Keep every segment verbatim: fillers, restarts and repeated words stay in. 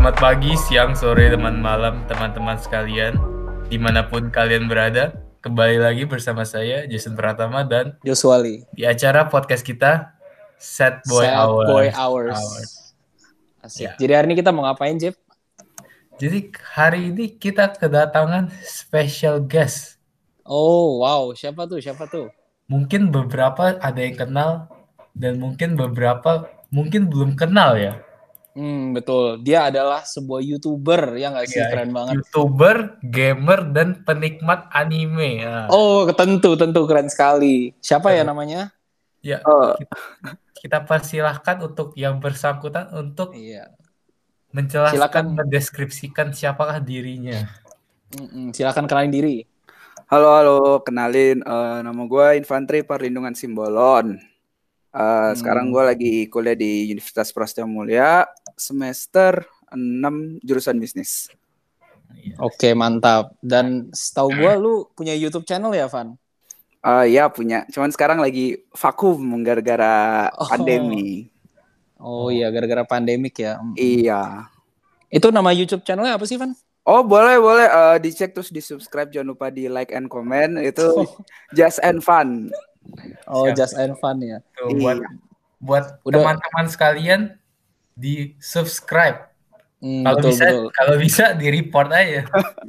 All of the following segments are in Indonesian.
Selamat pagi, siang, sore, teman malam, teman-teman sekalian, dimanapun kalian berada. Kembali lagi bersama saya, Jason Pratama, dan Joshua di acara podcast kita, Sad Boy Sad Hours. Boy Hours. Hours. Asik. Ya. Jadi hari ini kita mau ngapain, Jep? Jadi hari ini kita kedatangan special guest. Oh, wow. Siapa tuh? Siapa tuh? Mungkin beberapa ada yang kenal, dan mungkin beberapa mungkin belum kenal ya. Hmm, betul. Dia adalah sebuah YouTuber, ya nggak sih? Ya, Keren banget. YouTuber, gamer, dan penikmat anime. Ya. Oh, tentu, tentu. Keren sekali. Siapa ya namanya? Ya, Oh. kita, kita persilahkan untuk yang bersangkutan untuk Iya. menjelaskan, Silakan. mendeskripsikan siapakah dirinya. Mm-mm. Silakan kenalin diri. Halo, halo. Kenalin, uh, nama gue Infantri Perlindungan Simbolon. Uh, hmm. Sekarang gue lagi kuliah di Universitas Prasetya Mulia, semester enam, jurusan bisnis. Oke, mantap. Dan setahu gue lu punya YouTube channel ya, Van? Uh, ya, punya. Cuman sekarang lagi vakum gara-gara Oh. pandemi. Oh iya, gara-gara pandemik ya. Mm-mm. Iya. Itu nama YouTube channelnya apa sih, Van? Oh, boleh, boleh. Uh, dicek terus di-subscribe. Jangan lupa di like and comment. Itu oh. Just and Fun. Oh, Siap. Just and Fun ya. Tuh, buat iya. buat Udah. teman-teman sekalian di subscribe. Hmm, kalau betul, bisa betul. kalau bisa di report aja.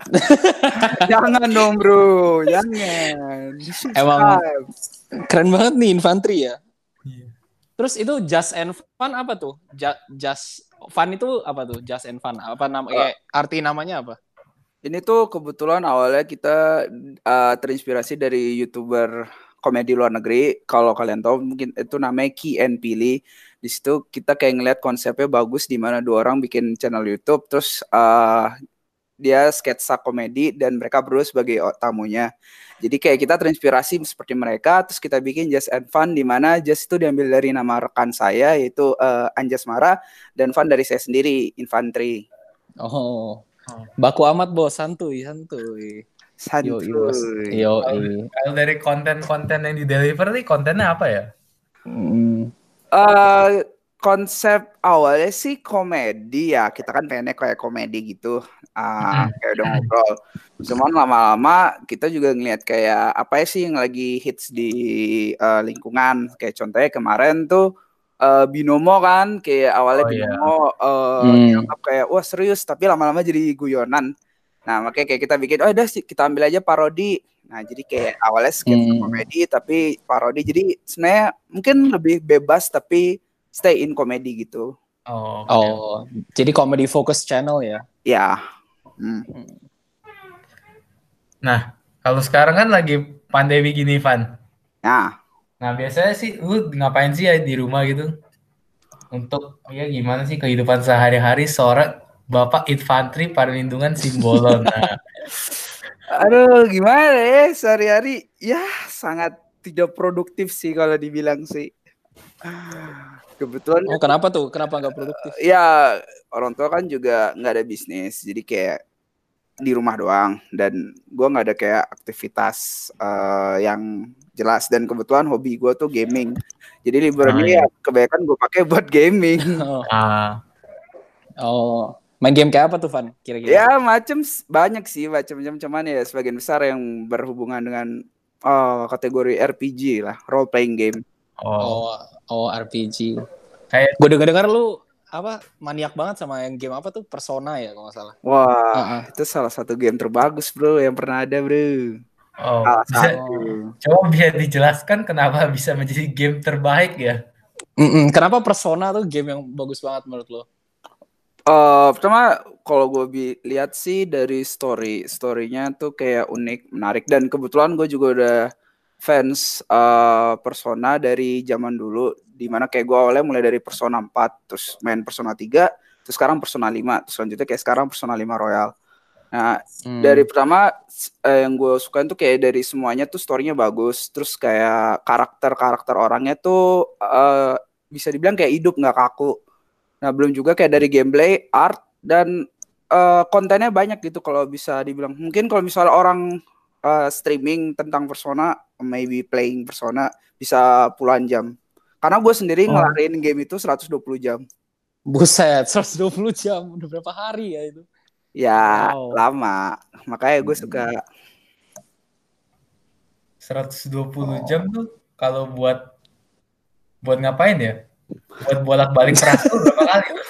Jangan dong, bro. Jangan. Emang keren banget nih Infantri ya. Iya. Terus itu Just and Fun apa tuh? Just, just Fun itu apa tuh? Just and Fun. Apa nama? Uh. Eh, arti namanya apa? Ini tuh kebetulan awalnya kita uh, terinspirasi dari YouTuber komedi luar negeri. Kalau kalian tahu mungkin itu namanya Key and Peele. Di situ kita kayak ngeliat konsepnya bagus di mana dua orang bikin channel YouTube, terus uh, dia sketsa komedi dan mereka berdua sebagai tamunya. Jadi kayak kita terinspirasi seperti mereka, terus kita bikin Just and Fun di mana Just itu diambil dari nama rekan saya yaitu uh, Anjas Mara, dan Fun dari saya sendiri, Infantri. Oh. Baku amat bos, santuy, santuy. Santuy. Yo, kalau dari konten-konten yang di deliver nih, kontennya apa ya? Hmm. Uh, konsep awalnya sih komedi ya, kita kan pengennya kayak komedi gitu, uh, kayak udah ngobrol. Cuman lama-lama kita juga ngeliat kayak apa sih yang lagi hits di uh, lingkungan. Kayak contohnya kemarin tuh uh, Binomo kan, kayak awalnya oh, Binomo iya. uh, hmm. dianggap kayak wah serius, tapi lama-lama jadi guyonan. Nah makanya kayak kita bikin, oh udah sih kita ambil aja parodi. Nah jadi kayak awalnya sketsa hmm. komedi tapi parodi. Jadi sebenarnya mungkin lebih bebas tapi stay in komedi gitu. Oh, okay. Oh, jadi comedy focus channel ya? Ya. Hmm. Nah kalau sekarang kan lagi pandemi gini, Van. Nah. Nah biasanya sih lu ngapain sih ya di rumah gitu? Untuk ya gimana sih kehidupan sehari-hari seorang Bapak Infantri Perlindungan Simbolon. Nah. Aduh, gimana ya sehari-hari? Ya, sangat tidak produktif sih kalau dibilang sih. Kebetulan. Oh, kenapa tuh? Kenapa nggak produktif? Uh, ya, orang tua kan juga nggak ada bisnis, jadi kayak di rumah doang. Dan gue nggak ada kayak aktivitas uh, yang jelas. Dan kebetulan hobi gue tuh gaming. Jadi liburan ini ah, ya kebanyakan gue pakai buat gaming. Oh. Ah. Oh. Main game kayak apa tuh, Van? Kira-kira? Ya macam banyak sih, macam-macam, cuman ya sebagian besar yang berhubungan dengan oh, kategori R P G lah, role playing game. Oh, oh, oh R P G. Kayak gue dengar-dengar lu apa maniak banget sama yang game apa tuh Persona ya kalau nggak salah. Wah, uh-uh. itu salah satu game terbagus bro yang pernah ada bro. Oh, bisa, oh. Coba bisa dijelaskan kenapa bisa menjadi game terbaik ya? Mm-mm. Kenapa Persona tuh game yang bagus banget menurut lo? Uh, pertama kalau gue bi- lihat sih dari story storynya tuh kayak unik, menarik, dan kebetulan gue juga udah fans uh, Persona dari zaman dulu, dimana kayak gue awalnya mulai dari Persona empat, terus main Persona tiga, terus sekarang Persona lima, terus selanjutnya kayak sekarang Persona lima Royal. Nah hmm. dari pertama eh, yang gue suka tuh kayak dari semuanya tuh storynya bagus, terus kayak karakter-karakter orangnya tuh uh, bisa dibilang kayak hidup, nggak kaku. Nah belum juga kayak dari gameplay, art, dan uh, kontennya banyak gitu kalau bisa dibilang. Mungkin kalau misalnya orang uh, streaming tentang Persona, maybe playing Persona bisa puluhan jam. Karena gue sendiri oh. ngelarin game itu seratus dua puluh jam. Buset, seratus dua puluh jam. Udah berapa hari ya itu? Ya, wow. Lama. Makanya gue suka. seratus dua puluh oh. jam tuh kalau buat buat ngapain ya? Buat bolak-balik transfer berapa kali tuh?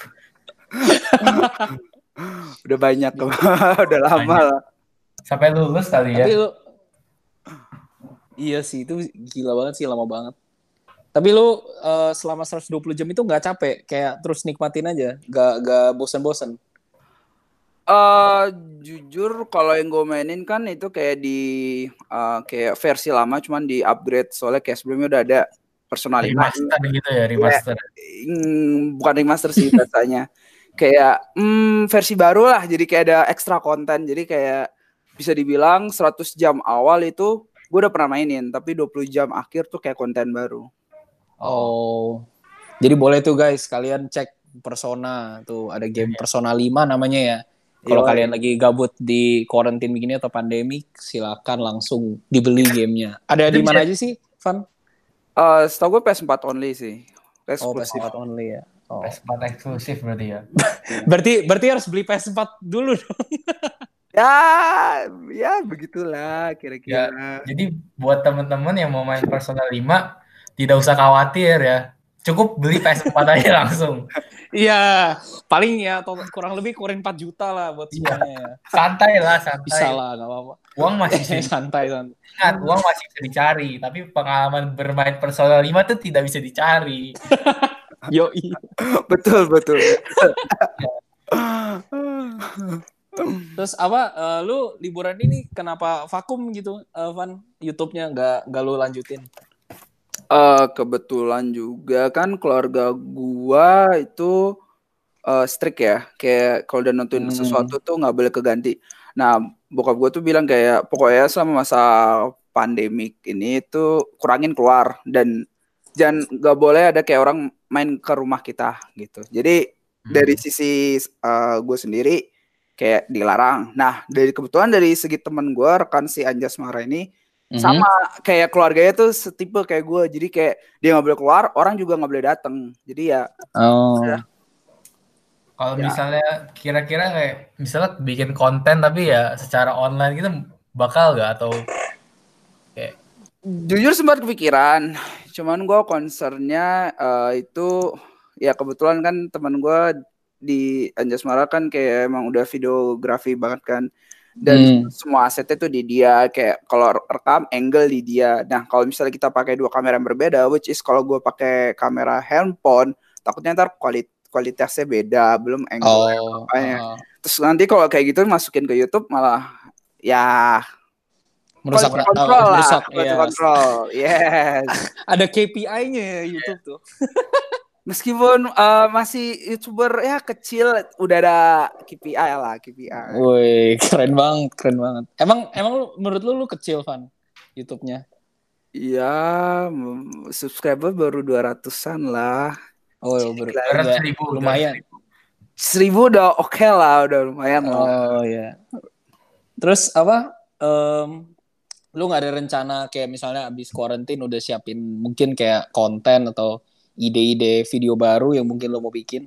Udah banyak. Udah lama lah. Sampai lulus kali ya. Tapi lu, iya sih, itu gila banget sih, lama banget. Tapi lu uh, selama seratus dua puluh jam itu gak capek? Kayak terus nikmatin aja? Gak, gak bosan-bosan? Uh, jujur kalau yang gue mainin kan itu kayak di uh, kayak versi lama cuman di upgrade soalnya kayak sebelumnya udah ada Persona lima remaster gitu ya remaster ya, mm, bukan remaster sih biasanya kayak mm, versi baru lah jadi kayak ada ekstra konten jadi kayak bisa dibilang seratus jam awal itu gue udah pernah mainin tapi dua puluh jam akhir tuh kayak konten baru. Oh jadi boleh tuh guys kalian cek Persona tuh ada game Persona lima namanya ya. Kalau kalian lagi gabut di quarantine begini atau pandemi, silakan langsung dibeli gamenya. Ada di mana aja sih, Van? Uh, setahu gue P S four only sih. P S four. Oh, P S four only ya. Oh. P S four eksklusif berarti ya. berarti berarti harus beli P S four dulu dong. ya, ya begitulah kira-kira. Ya, jadi buat teman-teman yang mau main Persona lima, tidak usah khawatir ya. Cukup beli P S four aja langsung. Iya, paling ya kurang lebih kurang empat juta lah buat semuanya ya. Santai lah, santai. Bisa lah, gak apa-apa. Uang masih santai, santai. Ingat, uang masih bisa dicari, tapi pengalaman bermain Persona lima tuh tidak bisa dicari. Yoi. betul, betul. Terus apa, uh, lu liburan ini kenapa vakum gitu, uh, Van? YouTube-nya nggak nggak lu lanjutin? Uh, kebetulan juga kan keluarga gua itu uh, strict ya, kayak kalau udah nonton hmm. sesuatu tuh nggak boleh keganti. Nah, bokap gua tuh bilang kayak pokoknya selama masa pandemik ini tuh kurangin keluar dan jangan nggak boleh ada kayak orang main ke rumah kita gitu. Jadi hmm. dari sisi uh, gue sendiri kayak dilarang. Nah, dari kebetulan dari segi teman gua rekan si Anjas Mara ini Mm-hmm. sama kayak keluarganya tuh setipe kayak gue jadi kayak dia nggak boleh keluar orang juga nggak boleh datang jadi ya oh ya. Kalau ya. misalnya kira-kira kayak misalnya bikin konten tapi ya secara online gitu bakal gak atau kayak jujur sempat kepikiran cuman gue concernnya uh, itu ya kebetulan kan teman gue di Anjas Mara kan kayak emang udah videografi banget kan dan hmm. semua asetnya tuh di dia kayak kalau rekam angle di dia. Nah kalau misalnya kita pakai dua kamera yang berbeda, which is kalau gue pakai kamera handphone, takutnya ntar kualit kualitasnya beda, belum angle oh, apanya. Uh. Terus nanti kalau kayak gitu masukin ke YouTube malah ya merusak kontrol uh, lah, merusak, yes. kontrol, yes. Ada K P I-nya ya YouTube tuh. Meskipun uh, masih YouTuber ya kecil, udah ada K P I lah, K P I. Woi, keren banget, keren banget. Emang emang lu, menurut lu lu kecil, Van, YouTube-nya? Iya, subscriber baru dua ratusan lah. Oh, baru ya, seribu, lumayan. Seribu udah oke okay lah, udah lumayan lah. Oh ya. Terus apa? Um, lu nggak ada rencana kayak misalnya abis quarantine udah siapin mungkin kayak konten atau ide-ide video baru yang mungkin lo mau bikin?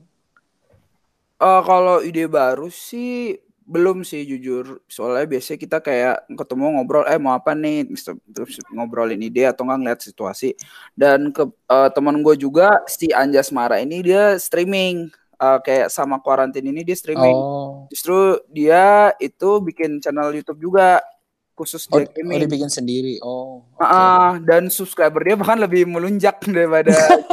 Uh, kalau ide baru sih belum sih jujur. Soalnya biasanya kita kayak ketemu ngobrol, eh mau apa nih? Terus ngobrolin ide atau nggak ngeliat situasi. Dan ke uh, teman gue juga si Anjas Mara ini dia streaming. Uh, kayak sama quarantine ini dia streaming. Oh. Justru dia itu bikin channel YouTube juga. Khusus oh, dia gaming. Oh, dia bikin sendiri. Oh. Okay. Uh, dan subscriber dia bahkan lebih melunjak daripada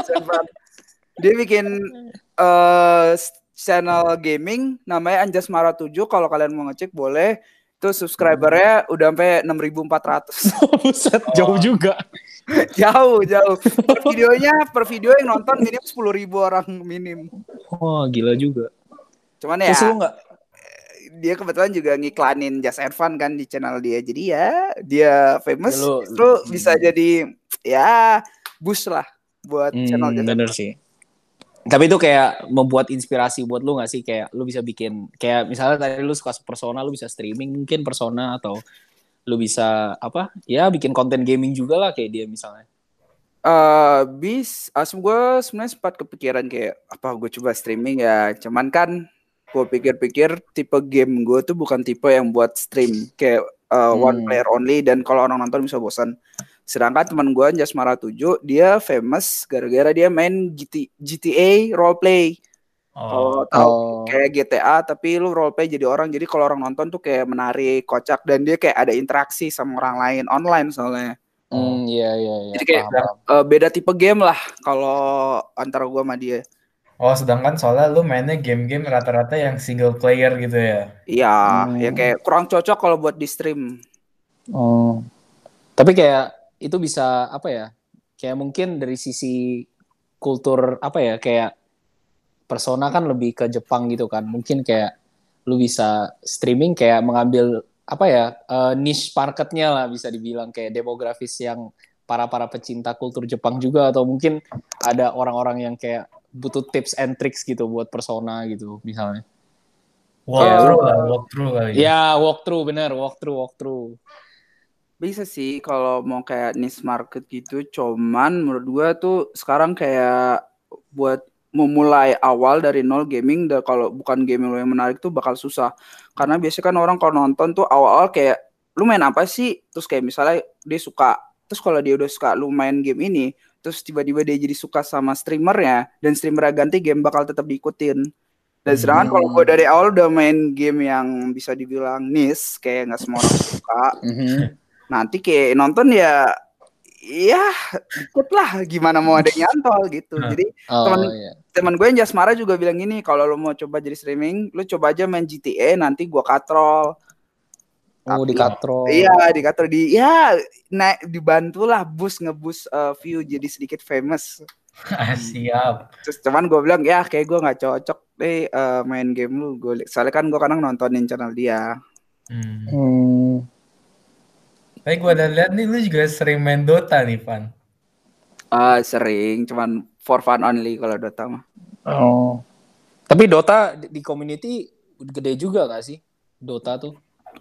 dia bikin uh, channel gaming namanya Anjas Mara tujuh. Kalau kalian mau ngecek boleh. Itu subscribernya udah sampai enam ribu empat ratus. Buset, oh. Jauh juga. jauh, jauh. Per videonya, per video yang nonton minim sepuluh ribu orang minim. Oh, gila juga. Cuman ya. Terus lu gak? Dia kebetulan juga ngiklanin Just and Fun kan di channel dia. Jadi ya dia famous ya, lu, justru hmm. bisa jadi ya boost lah buat hmm, channel Just bener sih. Tapi itu kayak membuat inspirasi buat lu gak sih? Kayak lu bisa bikin, kayak misalnya tadi lu suka Persona, lu bisa streaming mungkin Persona atau lu bisa apa? Ya bikin konten gaming juga lah kayak dia misalnya. Eh bis, asem gue sebenarnya sempat kepikiran kayak apa gue coba streaming ya. Cuman kan gue pikir-pikir tipe game gue tuh bukan tipe yang buat stream kayak uh, one Hmm. player only dan kalau orang nonton bisa bosan. Sedangkan teman gue Jasmara tujuh dia famous gara-gara dia main G T, G T A roleplay. Kalau Oh, tahu Oh. kayak G T A tapi lu roleplay jadi orang. Jadi kalau orang nonton tuh kayak menarik, kocak dan dia kayak ada interaksi sama orang lain online soalnya. Hmm, iya iya iya. Jadi kayak Paham, paham. uh, beda tipe game lah kalau antara gua sama dia. oh sedangkan soalnya lu mainnya game-game rata-rata yang single player gitu ya. Iya, Hmm. ya kayak kurang cocok kalau buat di stream. Oh. Tapi kayak itu bisa apa ya? Kayak mungkin dari sisi kultur apa ya? Kayak Persona kan lebih ke Jepang gitu kan. Mungkin kayak lu bisa streaming kayak mengambil apa ya? Uh, niche marketnya lah bisa dibilang kayak demografis yang para-para pecinta kultur Jepang juga atau mungkin ada orang-orang yang kayak butuh tips and tricks gitu buat Persona gitu misalnya. Walkthrough lah, walkthrough kali ya. Ya, walkthrough bener, walkthrough, walkthrough. Bisa sih kalau mau kayak niche market gitu. Cuman menurut gua tuh sekarang kayak buat memulai awal dari nol gaming dan kalau bukan game lo yang menarik tuh bakal susah. Karena biasanya kan orang kalau nonton tuh awal-awal kayak lu main apa sih? Terus kayak misalnya dia suka. Terus kalau dia udah suka lu main game ini, terus tiba-tiba dia jadi suka sama streamernya dan streamernya ganti game bakal tetap diikutin. Dan sedangkan Hmm. kalau gue dari awal udah main game yang bisa dibilang niche, kayak nggak semua orang suka, Mhm. nanti kayak nonton ya, ya dikit lah gimana mau ada yang nyantol gitu. Nah. Jadi Oh teman iya. teman gue yang Jasmara juga bilang gini, kalau lo mau coba jadi streaming, lo coba aja main G T A, nanti gue katrol. Oh, Tapi- di katrol. Iya, di katrol di ya naik dibantulah boost ngeboost uh, view jadi sedikit famous. Siap. Terus cuman gue bilang ya kayak gue nggak cocok deh uh, main game lu. Gue soalnya kan gue kadang nontonin channel dia. Hmm. Hmm. Tapi gue udah lihat nih lu juga sering main Dota nih, Van. Ah sering, cuman for fun only kalau Dota mah. Oh. Tapi Dota di, di community gede juga gak sih? Dota tuh.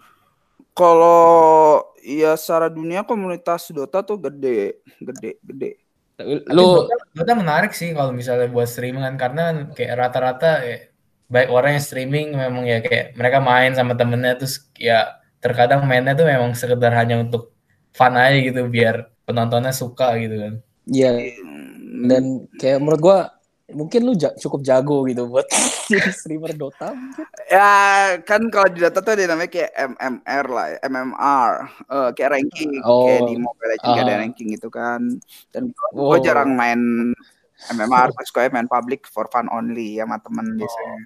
Kalau ya secara dunia komunitas Dota tuh gede, gede, gede. Tapi Lu Dota, Dota menarik sih kalau misalnya buat streaming kan karena kan kayak rata-rata ya, baik orang yang streaming memang ya kayak mereka main sama temennya terus ya terkadang mainnya tuh memang sekedar hanya untuk fun aja gitu biar penontonnya suka gitu kan. ya Hmm, dan kayak menurut gua mungkin lu ja- cukup jago gitu buat jadi streamer Dota mungkin. ya kan kalau di Dota tuh ada namanya kayak M M R lah, ya, M M R, uh, kayak ranking, Oh. kayak di Mobile Legends uh-huh. ada Aha. ranking gitu kan. Dan gue Oh. jarang main M M R, gue suka main public for fun only sama temen biasanya.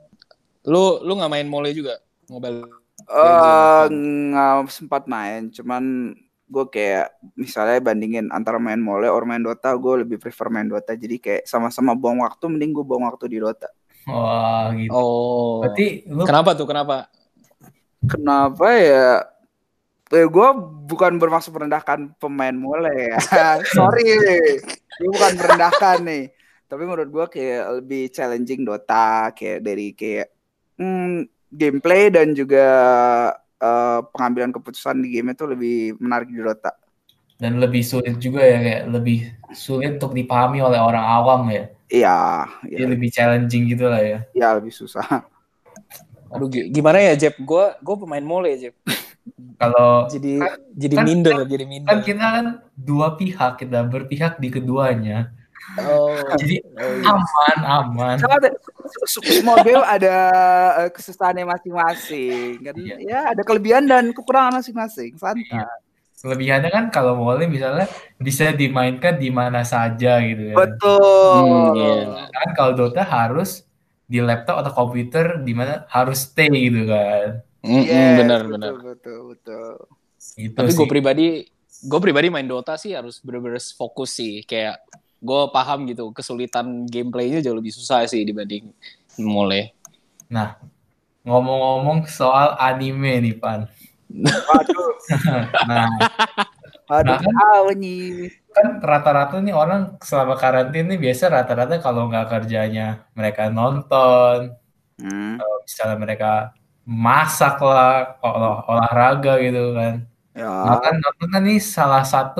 Lu lu nggak main mole juga Mobile Eh Legends? nggak sempat main, cuman gue kayak misalnya bandingin antara main mole or main Dota, gue lebih prefer main Dota. Jadi kayak sama-sama buang waktu, mending gue buang waktu di Dota. Wah gitu. Oh. Berarti lu Kenapa tuh? Kenapa? Kenapa ya? Eh, gue bukan bermaksud merendahkan pemain mole ya. Sorry, gue bukan merendahkan nih. Tapi menurut gue kayak lebih challenging Dota, kayak dari kayak hmm, gameplay dan juga uh, pengambilan keputusan di game itu lebih menarik di Dota. dan lebih sulit juga ya kayak lebih sulit untuk dipahami oleh orang awam ya. Iya, Jadi ya, lebih challenging gitu lah ya. ya lebih susah. Aduh, gi- gimana ya, Jeb? Gue gue pemain mole, Jeb. Kalau Jadi kan, jadi kan, minder, kan, jadi kan minder. kita kan dua pihak, kita berpihak di keduanya. Oh. Jadi oh, iya. aman, aman. Semua game ada uh, kesusahannya masing-masing. Kan? Iya. Ya ada kelebihan dan kekurangan masing-masing. Santai. Iya. Kelebihannya kan kalau mole misalnya bisa dimainkan di mana saja gitu kan. Betul. Hmm, iya. Kan kalau Dota harus di laptop atau komputer di mana harus stay gitu kan. Mm-mm, Yes, benar betul, benar. betul, betul. Gitu Tapi gue sih. pribadi, gue pribadi main Dota sih harus bener-bener fokus sih. Kayak gue paham gitu kesulitan gameplaynya jauh lebih susah sih dibanding mole. Nah, ngomong-ngomong soal anime nih, Pan. Waduh. Nah, Waduh, nah kan, tahu nih. kan rata-rata nih orang selama karantin nih biasa rata-rata kalau nggak kerjanya mereka nonton, Hmm. kalau misalnya mereka masak lah, olah, olahraga gitu kan. Ya. Nah kan nonton kan nih salah satu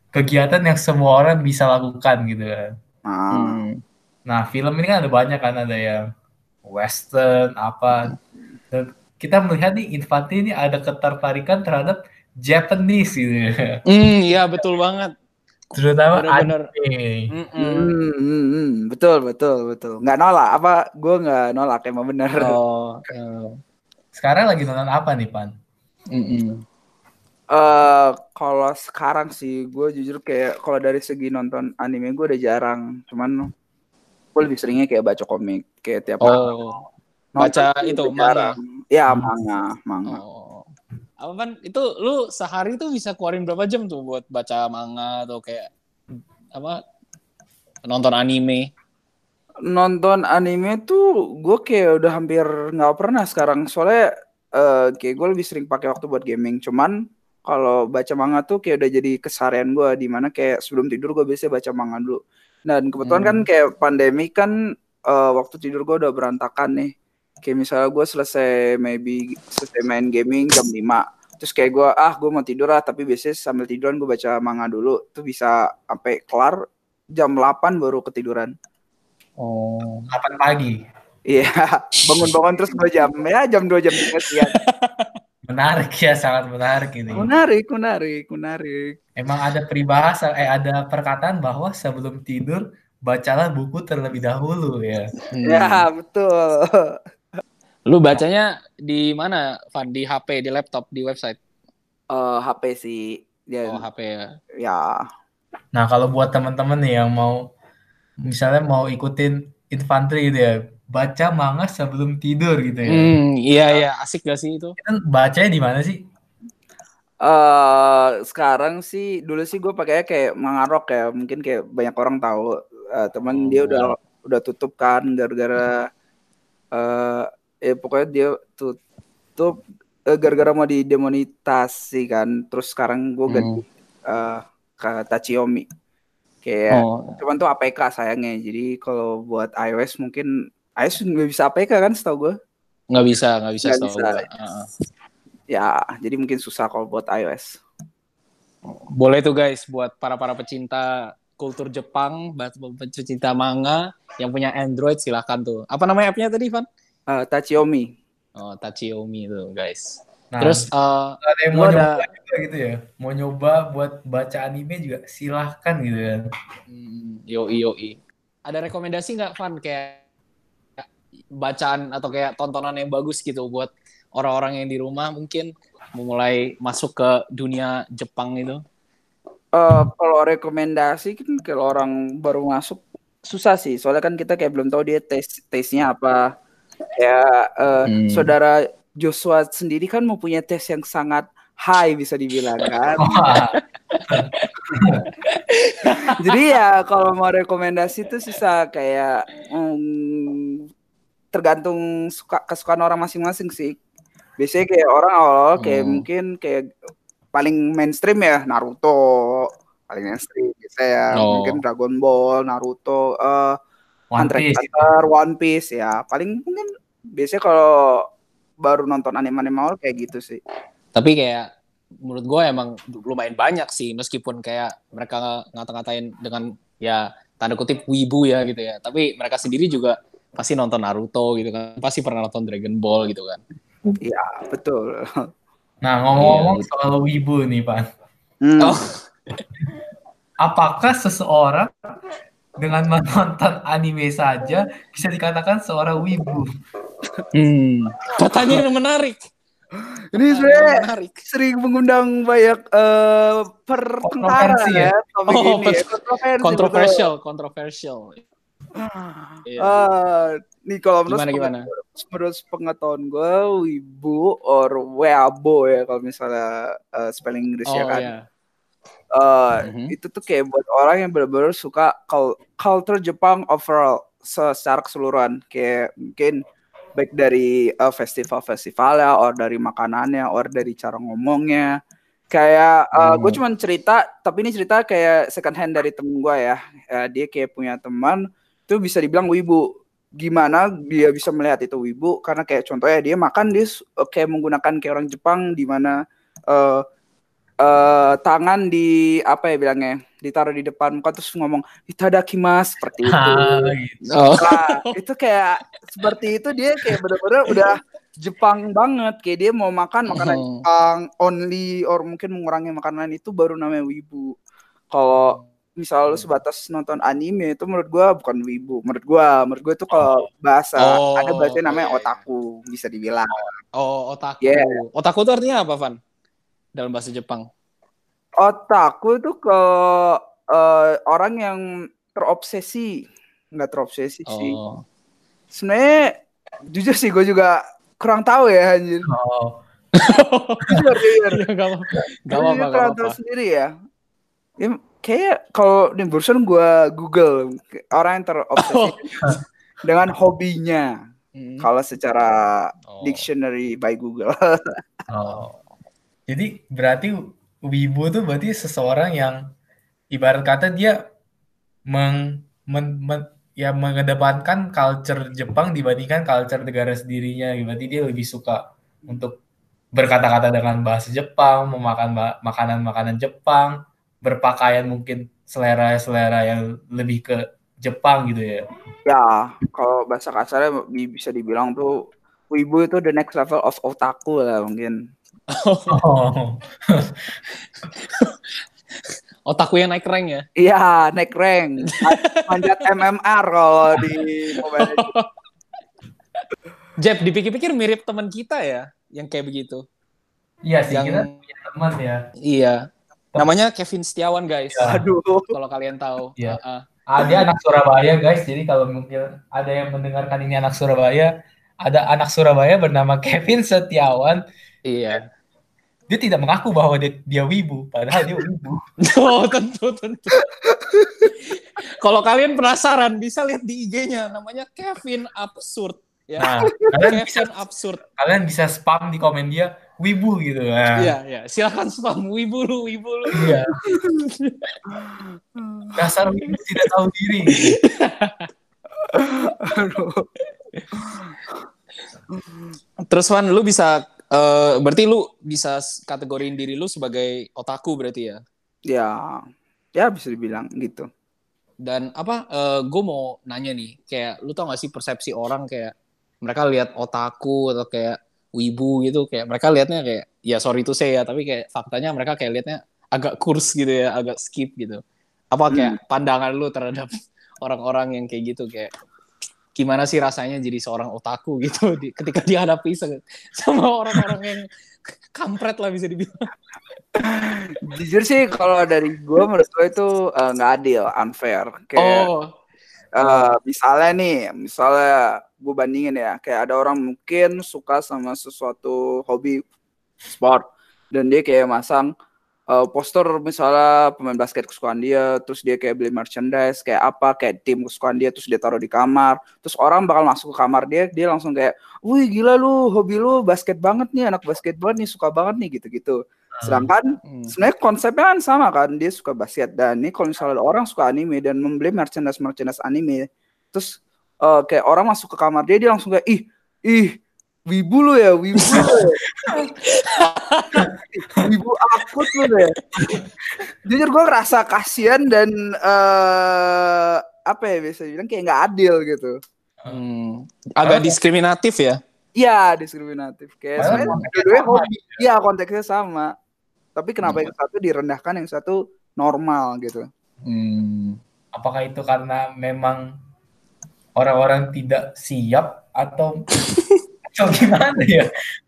kegiatan yang semua orang bisa lakukan gitu kan. Ah, Hmm. Nah, film ini kan ada banyak kan, ada yang western apa, dan kita melihat nih Infantri ini ada ketertarikan terhadap Japanese gitu ya. Hmm, iya betul banget. Terutama Bener-bener. anime. Mm-mm. hmm, hmm, hmm, betul betul betul. Nggak nolak apa? Gue nggak nolak emang bener. Oh, eh, Sekarang lagi nonton apa nih, Pan? mm-mm. Eh kalau sekarang sih gue jujur kayak kalau dari segi nonton anime gue udah jarang. Cuman gue lebih seringnya kayak baca komik kayak tiap hari. Oh, Nonton baca sih itu udah manga. jarang. Ya Hmm. manga manga. Oh, apa Pan? Itu lu sehari tuh bisa keluarin berapa jam tuh buat baca manga atau kayak apa nonton anime? Nonton anime tuh gue kayak udah hampir nggak pernah sekarang. Soalnya eh, kayak gue lebih sering pakai waktu buat gaming. Cuman kalau baca manga tuh kayak udah jadi keseharian gue, dimana kayak sebelum tidur gue biasanya baca manga dulu. Dan kebetulan kan Hmm. kayak pandemi kan eh, waktu tidur gue udah berantakan nih. Kayak misalnya gue selesai maybe selesai main gaming jam lima. Terus kayak gue ah gue mau tidur lah, tapi biasanya sambil tiduran gue baca manga dulu. Tuh bisa sampai kelar jam delapan baru ketiduran. Oh. delapan pagi. Iya, bangun-bangun terus dua jam. Ya jam dua jam tiga siang. Menarik ya, sangat menarik ini. Menarik, menarik, menarik. Emang ada peribahasa, eh ada perkataan bahwa sebelum tidur bacalah buku terlebih dahulu ya. Hmm. Ya, betul. Lu bacanya di mana, Van? Di H P, di laptop, di website? Eh, H P sih. Ya, Oh, H P ya. ya. Nah, kalau buat teman-teman nih yang mau misalnya mau ikutin infanteri gitu ya, baca manga sebelum tidur gitu ya. Hmm, iya iya, asik gak sih itu? Itu bacanya di mana sih? Eh sekarang sih, dulu sih gue pakainya kayak Mangarok ya. Mungkin kayak banyak orang tahu. Eh, temen dia udah Oh. udah tutup kan gara-gara eh ya pokoknya dia tutup eh, gara-gara mau didemonetasi kan. Terus sekarang gue ganti eh, ke Tachiomi. Kayak Oh, cuman tuh A P K sayangnya. Jadi kalau buat iOS mungkin iOS nggak bisa A P K kan setahu gue. nggak bisa, nggak bisa Nggak setahu bisa. gua. Heeh. Ya, jadi mungkin susah kalau buat iOS. Boleh tuh guys, buat para-para pecinta kultur Jepang, buat pecinta manga yang punya Android silahkan tuh. Apa namanya app-nya tadi, Van? Eh, Tachiomi. Oh, Tachiomi tuh guys. Nah, Terus uh, ada yang lu mau ada nyoba juga gitu ya, mau nyoba buat baca anime juga silahkan gitu kan. hmm, yoi yoi. Ada rekomendasi nggak, Van, kayak bacaan atau kayak tontonan yang bagus gitu buat orang-orang yang di rumah mungkin mau mulai masuk ke dunia Jepang itu? Eh, kalau rekomendasi kan kalau orang baru masuk susah sih. Soalnya kan kita kayak belum tahu dia tes tesnya apa. Ya eh, Hmm. saudara Joshua sendiri kan mempunyai tes yang sangat high bisa dibilang kan. Wah, Jadi ya kalau mau rekomendasi itu susah kayak hmm, tergantung suka kesukaan orang masing-masing sih. Biasanya kayak orang awal-awal kayak Hmm. mungkin kayak paling mainstream ya Naruto, paling mainstream biasa ya Oh. mungkin Dragon Ball, Naruto, eh One Hunter x Piece. Hunter, One Piece ya. Paling mungkin biasanya kalau baru nonton anime-anime awal kayak gitu sih. Tapi kayak menurut gue emang lumayan banyak sih, meskipun kayak mereka ngata-ngatain dengan ya tanda kutip wibu ya gitu ya, tapi mereka sendiri juga pasti nonton Naruto gitu kan, pasti pernah nonton Dragon Ball gitu kan. Iya, betul. Nah, ngomong-ngomong Iya. soal wibu nih, Pan. Hmm. Oh, Apakah seseorang dengan menonton anime saja bisa dikatakan seorang wibu? hmm. Pertanyaan yang menarik. Ini Pertanyaan sebenarnya yang menarik. sering mengundang banyak eh, pertengkaran Kontroversi ya, ya? topik Oh, ini. Ya. Kontroversi, Kontroversial, kontroversial. betul. Iya. Ah, nih kalau menurut Gimana gimana? menurut pengetahuan gue, wibu or weabo ya kalau misalnya uh, spelling Inggrisnya Oh kan. ya. Uh, Mhm. Itu tuh kayak buat orang yang benar-benar suka cul- culture Jepang overall secara keseluruhan, kayak mungkin baik dari uh, festival-festivalnya, or dari makanannya, or dari cara ngomongnya. Kayak uh, gue Hmm. cuman cerita, tapi ini cerita kayak second hand dari temen gue ya. Uh, dia kayak punya teman itu bisa dibilang wibu. Gimana dia bisa melihat itu wibu? Karena kayak contohnya dia makan dia uh, kayak menggunakan kayak orang Jepang, di mana uh, uh, tangan di apa ya bilangnya, ditaruh di depan muka terus ngomong itadakimasu seperti itu. Oh. Nah, itu kayak seperti itu dia kayak benar-benar udah Jepang banget, kayak dia mau makan makanan Oh. Jepang only or mungkin mengurangi makanan itu baru namanya wibu. Kalau misal lu sebatas nonton anime itu menurut gua bukan wibu. Menurut gua, menurut gua itu kalau bahasa Oh, ada bahasa namanya iya, iya. otaku bisa dibilang. Oh, otaku. Yeah. Otaku itu artinya apa, Van? Dalam bahasa Jepang. Otaku itu ke uh, orang yang terobsesi, nggak terobsesi Oh. sih. Sebenarnya jujur sih gue juga kurang tahu ya anjir. Oh. Jujur, jujur. Ya, gak apa-apa. Gak apa-apa, gak Kurang tahu sendiri ya. Ya kayak kalau di barusan gue Google orang yang terobsesi Oh. dengan hobinya. Hmm. Kalau secara Oh. dictionary by Google. Oh. Jadi berarti wibu tuh berarti seseorang yang ibarat kata dia meng, men, men, ya mengedepankan culture Jepang dibandingkan culture negara sendirinya. Berarti dia lebih suka untuk berkata-kata dengan bahasa Jepang, memakan makanan-makanan Jepang, berpakaian mungkin selera-selera yang lebih ke Jepang gitu ya. Ya, kalau bahasa kasarnya bisa dibilang tuh wibu itu the next level of otaku lah mungkin. Oh. Otaku yang naik rank ya? Iya, naik rank. Manjat M M R kalau di Mobile Legends. Jeff, dipikir-pikir mirip teman kita ya, yang kayak begitu. Iya sih, yang... kita punya teman ya. Iya. Namanya Kevin Setiawan, guys. Ya. Aduh. Kalau kalian tahu. Iya. Uh-uh. Ah, dia anak Surabaya, guys. Jadi kalau mungkin ada yang mendengarkan ini anak Surabaya, ada anak Surabaya bernama Kevin Setiawan. Iya. Dia tidak mengaku bahwa dia, dia wibu, padahal dia wibu. Oh, tentu, tentu. Kalau kalian penasaran, bisa lihat di I G-nya. Namanya Kevin Absurd. Ya. Nah, kalian Kevin bisa, Absurd. Kalian bisa spam di komen dia, wibu gitu. Nah. Iya, iya. Silakan spam, wibu lu, wibu lu. Iya. Dasar wibu tidak tahu diri. Terus Van, lu bisa uh, berarti lu bisa kategoriin diri lu sebagai otaku berarti ya? Ya, ya bisa dibilang gitu. Dan apa? Uh, gue mau nanya nih, kayak lu tau gak sih persepsi orang kayak mereka lihat otaku atau kayak wibu gitu, kayak mereka lihatnya kayak ya sorry to say ya, tapi kayak faktanya mereka kayak lihatnya agak kurs gitu ya, agak skip gitu. Apa kayak hmm. pandangan lu terhadap orang-orang yang kayak gitu, kayak gimana sih rasanya jadi seorang otaku gitu di, ketika dihadapi sama orang-orang yang kampret lah bisa dibilang. Jujur sih kalau dari gue menurut gue itu nggak uh, adil, unfair. Kayak oh. uh, misalnya nih, misalnya gue bandingin ya, kayak ada orang mungkin suka sama sesuatu hobi sport dan dia kayak masang Uh, poster misalnya pemain basket kesukaan dia, terus dia kayak beli merchandise kayak apa, kayak tim kesukaan dia, terus dia taruh di kamar, terus orang bakal masuk ke kamar dia, dia langsung kayak, wih gila lu, hobi lu basket banget nih, anak basket banget nih, suka banget nih, gitu-gitu. Sedangkan hmm. sebenarnya konsepnya kan sama kan, dia suka basket, dan ini kalau misalnya orang suka anime dan membeli merchandise-merchandise anime, terus uh, kayak orang masuk ke kamar dia, dia langsung kayak, ih, ih, wibu lu ya, wibu lu ya. Wibu akut lu ya. Jujur gue ngerasa kasihan dan uh, apa ya bisa bilang kayak nggak adil gitu. Hmm. Agak diskriminatif ya? Iya, diskriminatif. Kayak sebenarnya dua-duanya hobi. Iya, konteksnya sama. Tapi kenapa hmm. yang satu direndahkan, yang satu normal gitu. Hmm. Apakah itu karena memang orang-orang tidak siap atau atau gimana ya?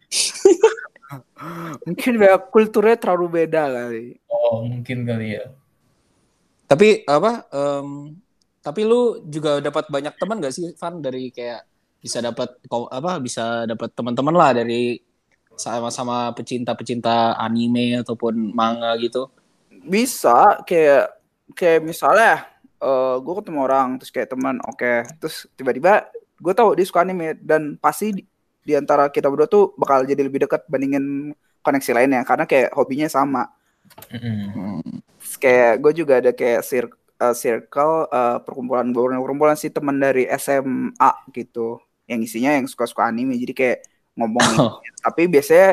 Mungkin ya, kulturnya terlalu beda kali. Oh, mungkin kali ya. Tapi apa? Um, tapi lu juga dapat banyak teman gak sih, Van, dari kayak bisa dapat apa? Bisa dapat teman-teman lah dari sama-sama pecinta-pecinta anime ataupun manga gitu. Bisa, kayak kayak misalnya uh, gue ketemu orang terus kayak teman, oke, okay. Terus tiba-tiba gue tahu dia suka anime dan pasti di, di antara kita berdua tuh bakal jadi lebih dekat bandingin koneksi lainnya karena kayak hobinya sama. Mm-hmm. Kayak gue juga ada kayak cir- uh, circle uh, perkumpulan perkumpulan sih teman dari S M A gitu yang isinya yang suka-suka anime, jadi kayak ngomongin. Oh. Tapi biasanya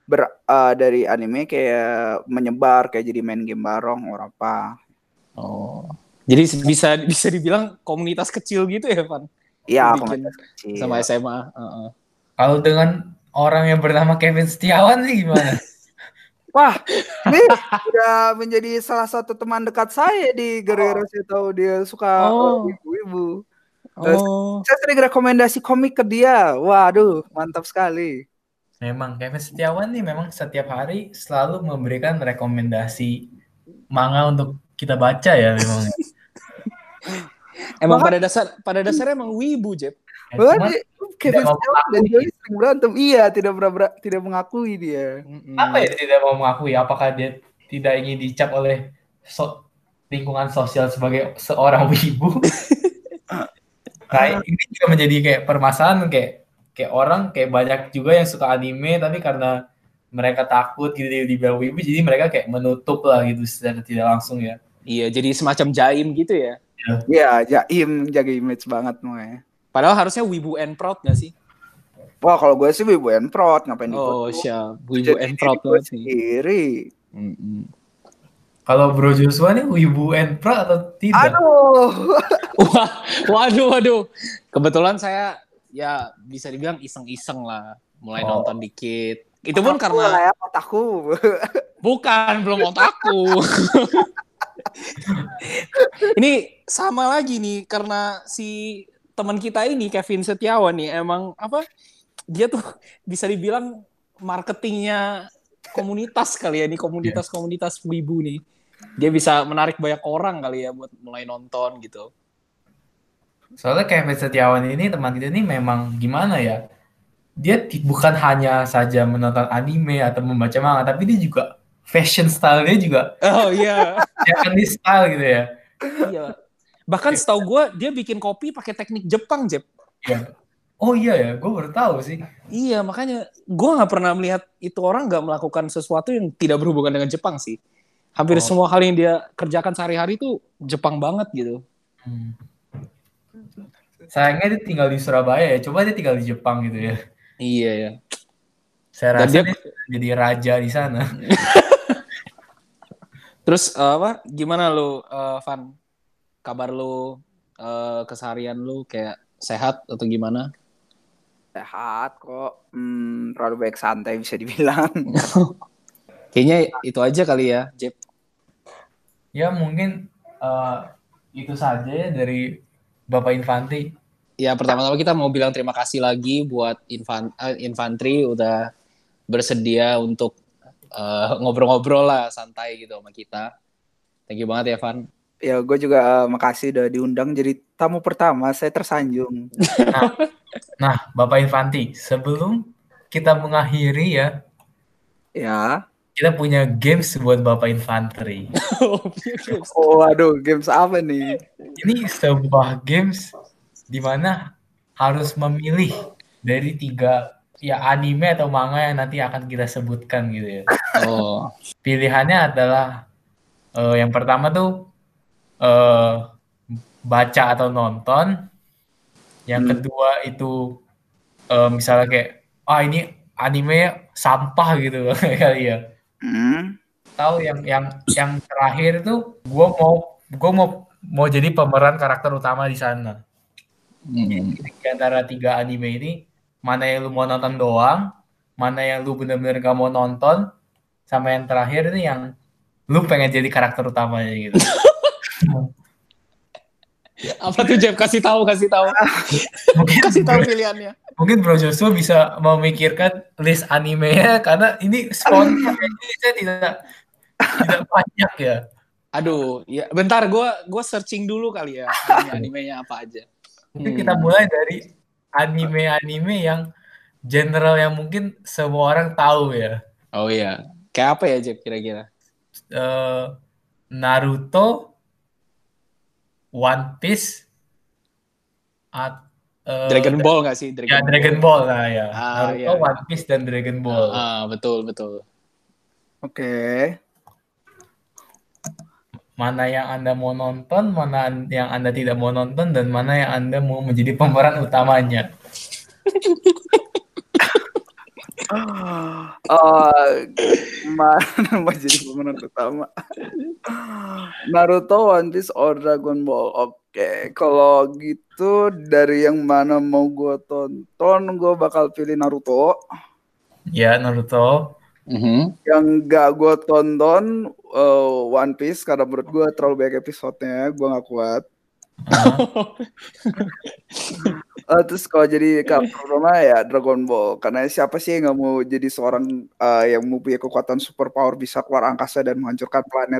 ber uh, dari anime kayak menyebar kayak jadi main game bareng orang apa. Oh. Jadi bisa bisa dibilang komunitas kecil gitu ya, Van? Iya, Bikin komunitas kecil. sama S M A. Uh-uh. Kalau dengan orang yang bernama Kevin Setiawan sih gimana? Wah, ini udah menjadi salah satu teman dekat saya di gara-gara saya tahu dia suka Oh. ibu-ibu. Oh. Saya sering rekomendasi komik ke dia. Waduh, mantap sekali. Memang Kevin Setiawan nih memang setiap hari selalu memberikan rekomendasi manga untuk kita baca ya memang. Emang Bahkan- pada dasar pada dasarnya emang wibu, Jep. Ya, Wah, cuman dia- Kevin mau Setiawan dan mengakui. Joey sering berantem. Iya, tidak ber- ber- tidak mengakui dia. Mm-mm. apa ya tidak mau mengakui? Apakah dia tidak ingin dicap oleh so- lingkungan sosial sebagai seorang wibu? Nah, ini juga menjadi kayak permasalahan kayak kayak orang kayak banyak juga yang suka anime tapi karena mereka takut gitu dibilang wibu jadi mereka kayak menutup lah gitu secara tidak langsung ya. Iya, jadi semacam jaim gitu ya. Iya, jaim, jaga image banget makanya. Padahal harusnya wibu and proud gak sih? Wah, kalau gue sih wibu and proud, ngapain Oh, dikut? siap. Wibu and proud banget nih. Sendiri. Mm-mm. Kalau Bro Joshua nih wibu and proud atau tidak? Aduh. Wah, waduh, waduh. Kebetulan saya ya bisa dibilang iseng-iseng lah, mulai Oh. nonton dikit. Itu pun Otaku karena lah ya, otaku. bukan belum otaku. Ini sama lagi nih karena si teman kita ini Kevin Setiawan nih emang apa? Dia tuh bisa dibilang marketingnya komunitas kali ya, nih komunitas-komunitas wibu nih. Dia bisa menarik banyak orang kali ya buat mulai nonton gitu. Soalnya Kevin Setiawan ini teman kita ini memang gimana ya? Dia ti- bukan hanya saja menonton anime atau membaca manga, tapi dia juga fashion style-nya juga Oh iya. Japanese style gitu ya. Iya. Bahkan setahu gue dia bikin kopi pakai teknik Jepang, Jep. Ya. Oh iya ya, gue baru tahu sih. Iya, makanya gue nggak pernah melihat itu orang nggak melakukan sesuatu yang tidak berhubungan dengan Jepang sih. Hampir Oh. semua hal yang dia kerjakan sehari-hari itu Jepang banget gitu. Hmm. Sayangnya dia tinggal di Surabaya ya. Coba dia tinggal di Jepang gitu ya. Iya ya. Saya Dan rasa dia- dia jadi raja di sana. Terus eh, apa? Gimana lu, eh, Van? Kabar lu, eh, keseharian lu kayak sehat atau gimana? Sehat kok. Hmm, terlalu baik santai bisa dibilang. Kayaknya itu aja kali ya, Jep. Ya mungkin eh, itu saja ya dari Bapak Infanti. Ya pertama-tama kita mau bilang terima kasih lagi buat infan eh, infanteri udah bersedia untuk eh, ngobrol-ngobrol lah santai gitu sama kita. Thank you banget ya Van. Ya, gue juga uh, makasih udah diundang jadi tamu pertama. Saya tersanjung. Nah, Bapak Infanti, sebelum kita mengakhiri ya, Ya. kita punya games buat Bapak Infanteri. Oh, aduh, games apa nih? Ini sebuah games di mana harus memilih dari tiga ya anime atau manga yang nanti akan kita sebutkan gitu ya. Oh, Pilihannya adalah eh, yang pertama tuh eh, baca atau nonton. Yang Hmm. kedua itu eh, misalnya kayak ah ini anime sampah gitu kali ya. Hmm. Tahu yang yang yang terakhir tuh gue mau gue mau mau jadi pemeran karakter utama di sana. hmm. Di antara tiga anime ini mana yang lu mau nonton doang, mana yang lu bener-bener gak mau nonton, sama yang terakhir ini yang lu pengen jadi karakter utamanya gitu. Apa tuh Jeff? Kasih tahu, kasih tahu. Mungkin Kasih tahu pilihannya. mungkin Bro Joshua bisa memikirkan list animenya karena ini spontan ini saya tidak tidak banyak ya. Aduh, ya bentar gue gue searching dulu kali ya anime animenya apa aja. Mungkin kita mulai dari anime-anime yang general yang mungkin semua orang tahu ya. Oh iya, kayak apa ya Jeff kira-kira? Eh, Naruto, One Piece, at, eh, Dragon Ball nggak sih? ya Dragon Ball lah ya. Ah, Naruto, iya. One Piece dan Dragon Ball. Ah, betul betul. Oke. Mana yang Anda mau nonton, mana yang Anda tidak mau nonton, dan mana yang Anda mau menjadi pemeran utamanya. uh, mana jadi pemeran utama? Naruto, One Piece, or Dragon Ball? Oke, okay. Kalau gitu dari yang mana mau gue tonton, gue bakal pilih Naruto. Ya, Naruto. Mm-hmm. Yang gak gue tonton uh, One Piece karena menurut gue terlalu banyak episodenya, gue gak kuat. uh, terus kalau jadi karakter utama ya Dragon Ball, karena siapa sih yang nggak mau jadi seorang uh, yang mau punya kekuatan super power bisa keluar angkasa dan menghancurkan planet.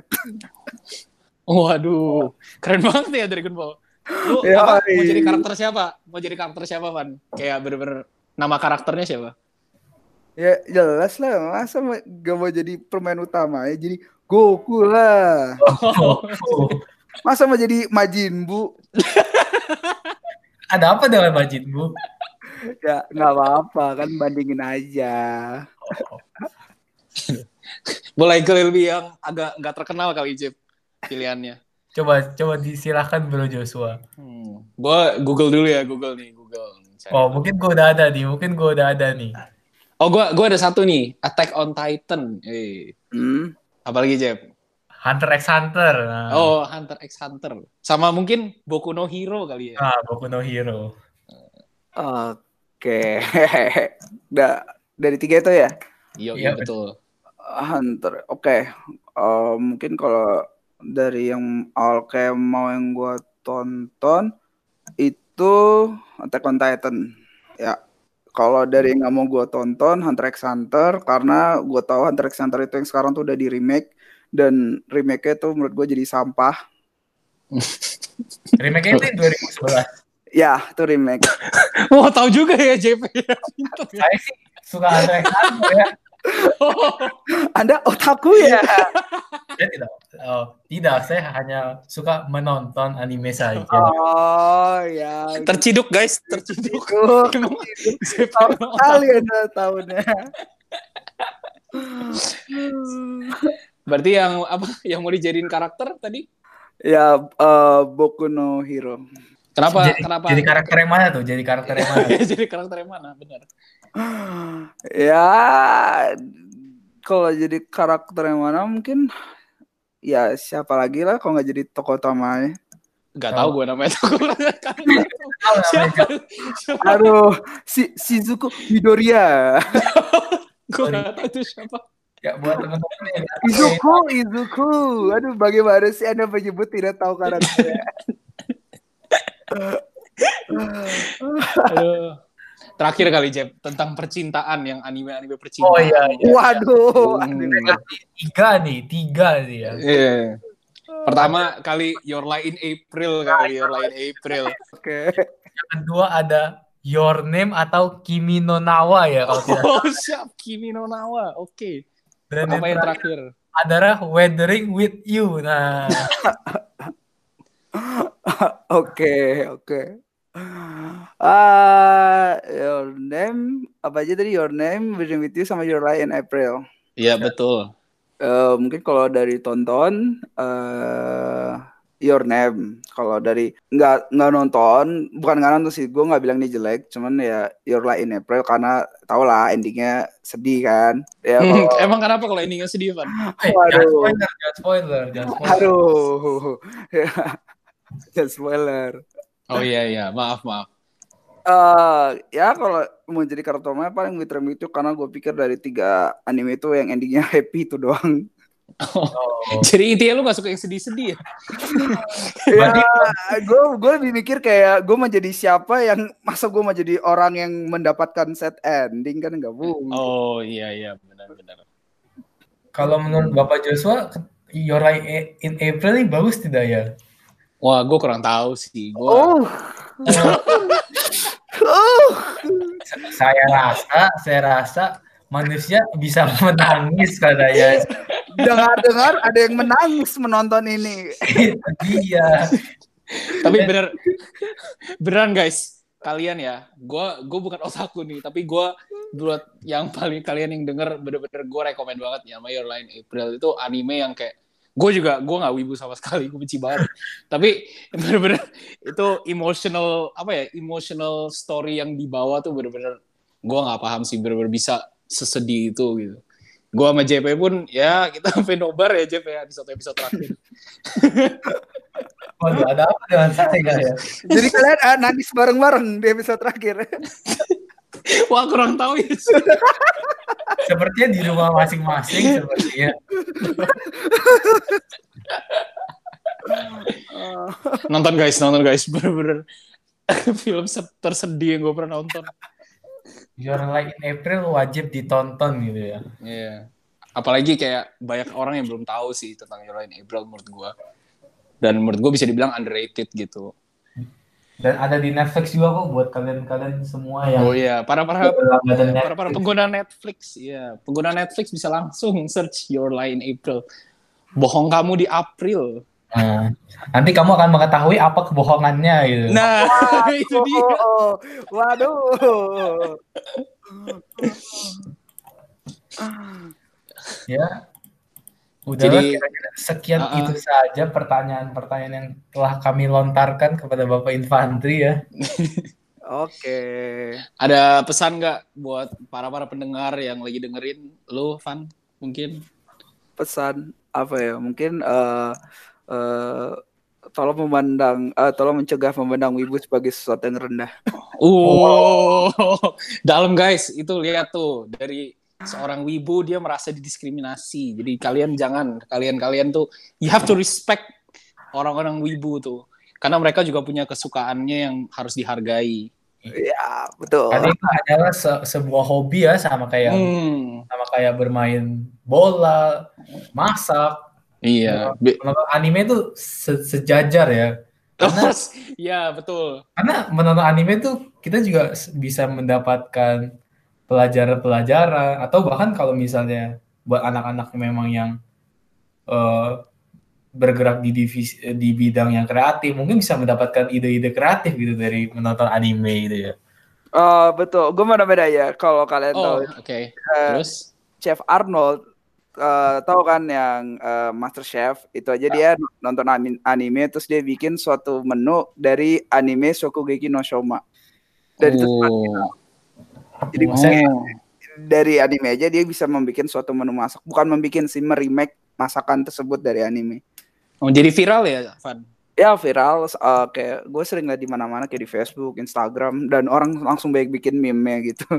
Waduh, keren banget ya Dragon Ball. Lu Ya, apa, mau iya. jadi karakter siapa? Mau jadi karakter siapa, Van? Kayak bener-bener nama karakternya siapa? Ya jelas lah, masa gak mau jadi permain utama ya jadi Goku lah. Oh. Masa mau jadi Majin Buu? Ada apa dengan Majin Buu? Ya nggak apa-apa kan, bandingin aja. Oh. Boleh ke lebih yang agak nggak terkenal kali Jep pilihannya. Coba coba disilahkan Bro Joshua. Hmm. Gua Google dulu ya, Google nih, Google. Cari. Oh, mungkin gue udah ada nih, mungkin gue udah ada nih. Oh, gua gua ada satu nih, Attack on Titan. Eh. Hmm. Apalagi Jep? Hunter x Hunter. Nah. Oh, Hunter x Hunter. Sama mungkin Boku no Hero kali ya. Ah, Boku no Hero. Oke. Da, dari tiga itu ya? Iya, Iya, betul. Hunter. Oke. Okay. Uh, mungkin kalau dari yang awal kayak mau yang gue tonton itu Attack on Titan. Ya. Kalau dari yang nggak mau gue tonton Hunter x Hunter, karena gue tahu Hunter x Hunter itu yang sekarang tuh udah di remake, dan remake-nya tuh menurut gue jadi sampah. Remake-nya itu dua ribu sebelas. Ya, itu remake. Wah, tahu juga ya J P. Saya sih suka Hunter x Hunter ya. Anda otaku ya? Saya tidak. Oh, tidak, saya hanya suka menonton anime saja. Oh ya. Terciduk guys, terciduk. Terciduk. Tahu sekali Anda tahunnya. Berarti yang apa? Yang mau dijadiin karakter tadi? Ya, uh, Boku no Hero. Kenapa? Jadi, kenapa? jadi karakter yang mana tuh? Jadi karakter yang mana? Jadi karakter yang mana? Benar. Ya, kalau jadi karakter yang mana mungkin ya siapa lagi lah kalau nggak jadi tokoh utamanya. Gak tahu gue namanya tokoh. Siapa? Aduh, si Shizuku Midoriya. Gue gak tahu itu siapa. Ya buat teman-teman yang Izuku, Izuku. Aduh, bagaimana sih Anda menyebut tidak tahu karakternya? Aduh. Terakhir kali Jeb, tentang percintaan, yang anime-anime percintaan. Oh iya, iya. Waduh, Hmm. tiga nih, tiga nih ya. Yeah. Pertama kali Your Lie in April kali, Your Lie in April. Oke. Yang kedua ada Your Name atau Kimi no Nawa ya kalau tidak. Oh siap, Kimi no Nawa, oke. Okay. Dan apa yang terakhir? Adalah Weathering with You. Nah. Oke, oke. Ah, Your Name apa aja tadi? Your Name, Weathering with You, sama Your Lie in April. Iya betul. Uh, mungkin kalau dari tonton uh, Your Name. Kalau dari nggak nggak nonton, bukan nggak nonton sih, gue nggak bilang ini jelek, cuman ya Your Lie in April karena tau lah endingnya sedih kan. Ya, hmm, kalau... Emang kenapa kalau endingnya sedih, Van? Hey, jangan spoiler, jangan spoiler, jangan spoiler. Aduh, jangan spoiler. Oh iya iya, maaf maaf. Uh, ya kalau mau jadi karakter utama paling Weathering with You, karena gue pikir dari tiga anime itu yang endingnya happy itu doang. Oh. Oh. Jadi intinya lu gak suka yang sedih-sedih ya? Ya, gue gue lebih mikir kayak gue mau jadi siapa yang masa gue mau jadi orang yang mendapatkan set ending, kan nggak mungkin. Oh iya iya benar-benar. Kalau menurut Bapak Joshua, Your Lie in April ini bagus tidak ya? Wah, gue kurang tahu sih. Gua... Oh. oh. Saya rasa, saya rasa manusia bisa menangis katanya. Dengar-dengar ada yang menangis menonton ini. Iya. Tapi bener, beneran guys, kalian ya, gue gue bukan otaku nih, tapi gue buat yang paling kalian yang denger bener-bener gue rekomen banget ya, Your Lie in April itu anime yang kayak gue juga gue nggak wibu sama sekali, gue benci banget. Tapi bener-bener itu emotional apa ya, emotional story yang dibawa tuh bener-bener gue nggak paham sih, bener-bener bisa sesedih itu gitu. Gua sama J P pun ya kita sampai nobar ya J P ya di satu episode terakhir. Waduh, ada apa dengan saya ya? Jadi kalian ah, nangis bareng-bareng di episode terakhir. Wah kurang tahu ya. Sepertinya di rumah masing-masing sepertinya. Nonton guys, nonton guys, bener-bener film tersedih yang gue pernah nonton. Your Lie in April wajib ditonton gitu ya. Iya. Yeah. Apalagi kayak banyak orang yang belum tahu sih tentang Your Lie in April menurut gue. Dan menurut gue bisa dibilang underrated gitu. Dan ada di Netflix juga kok buat kalian-kalian semua yang oh iya, para para para para pengguna Netflix, ya pengguna Netflix bisa langsung search Your Lie in April. Bohong kamu di April. Nah, nanti kamu akan mengetahui apa kebohongannya gitu. Nah, itu dia. Waduh. Ya. Udah Jadi, kira-kira sekian uh-uh. itu saja pertanyaan-pertanyaan yang telah kami lontarkan kepada Bapak Infantri ya. Oke. Ada pesan nggak buat para-para pendengar yang lagi dengerin lu, Van? Mungkin pesan apa ya? Mungkin uh, uh, tolong memandang, uh, tolong mencegah memandang wibu sebagai sesuatu yang rendah. Oh, dalam guys, itu lihat tuh dari seorang wibu dia merasa didiskriminasi. Jadi kalian jangan, kalian-kalian tuh you have to respect orang-orang wibu tuh. Karena mereka juga punya kesukaannya yang harus dihargai. Iya, betul. Karena itu adalah se- sebuah hobi ya, sama kayak Hmm. sama kayak bermain bola, masak. Iya. Menonton anime itu se- sejajar ya. Karena ya betul. Karena menonton anime tuh kita juga bisa mendapatkan pelajaran-pelajaran, atau bahkan kalau misalnya buat anak-anak memang yang uh, bergerak di divisi di bidang yang kreatif, mungkin bisa mendapatkan ide-ide kreatif gitu dari menonton anime gitu ya. Uh, betul, gue mau beda ya kalau kalian oh, tahu. Oke. Okay. Uh, Terus Chef Arnold, uh, tahu kan yang uh, Master Chef itu aja dia nonton anime terus dia bikin suatu menu dari anime Shokugeki no Soma. Dan itu oh. Jadi oh. dari anime aja dia bisa membuat suatu menu masak, bukan membuat sih, meremake masakan tersebut dari anime. Oh, jadi viral ya, Van? Ya viral, uh, kayak gue sering lihat di mana-mana kayak di Facebook, Instagram, dan orang langsung banyak bikin meme gitu.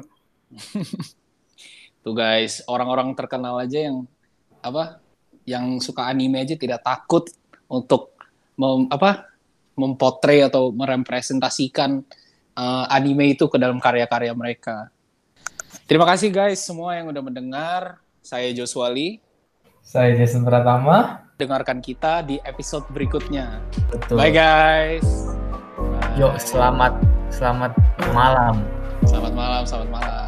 Tuh guys, orang-orang terkenal aja yang apa, yang suka anime aja tidak takut untuk mem, apa, mempotret atau merepresentasikan uh, anime itu ke dalam karya-karya mereka. Terima kasih guys semua yang udah mendengar. Saya Joshua Lee. Saya Jason Pratama. Dengarkan kita di episode berikutnya. Betul. Bye guys. Bye. Yuk, selamat selamat malam. Selamat malam, selamat malam.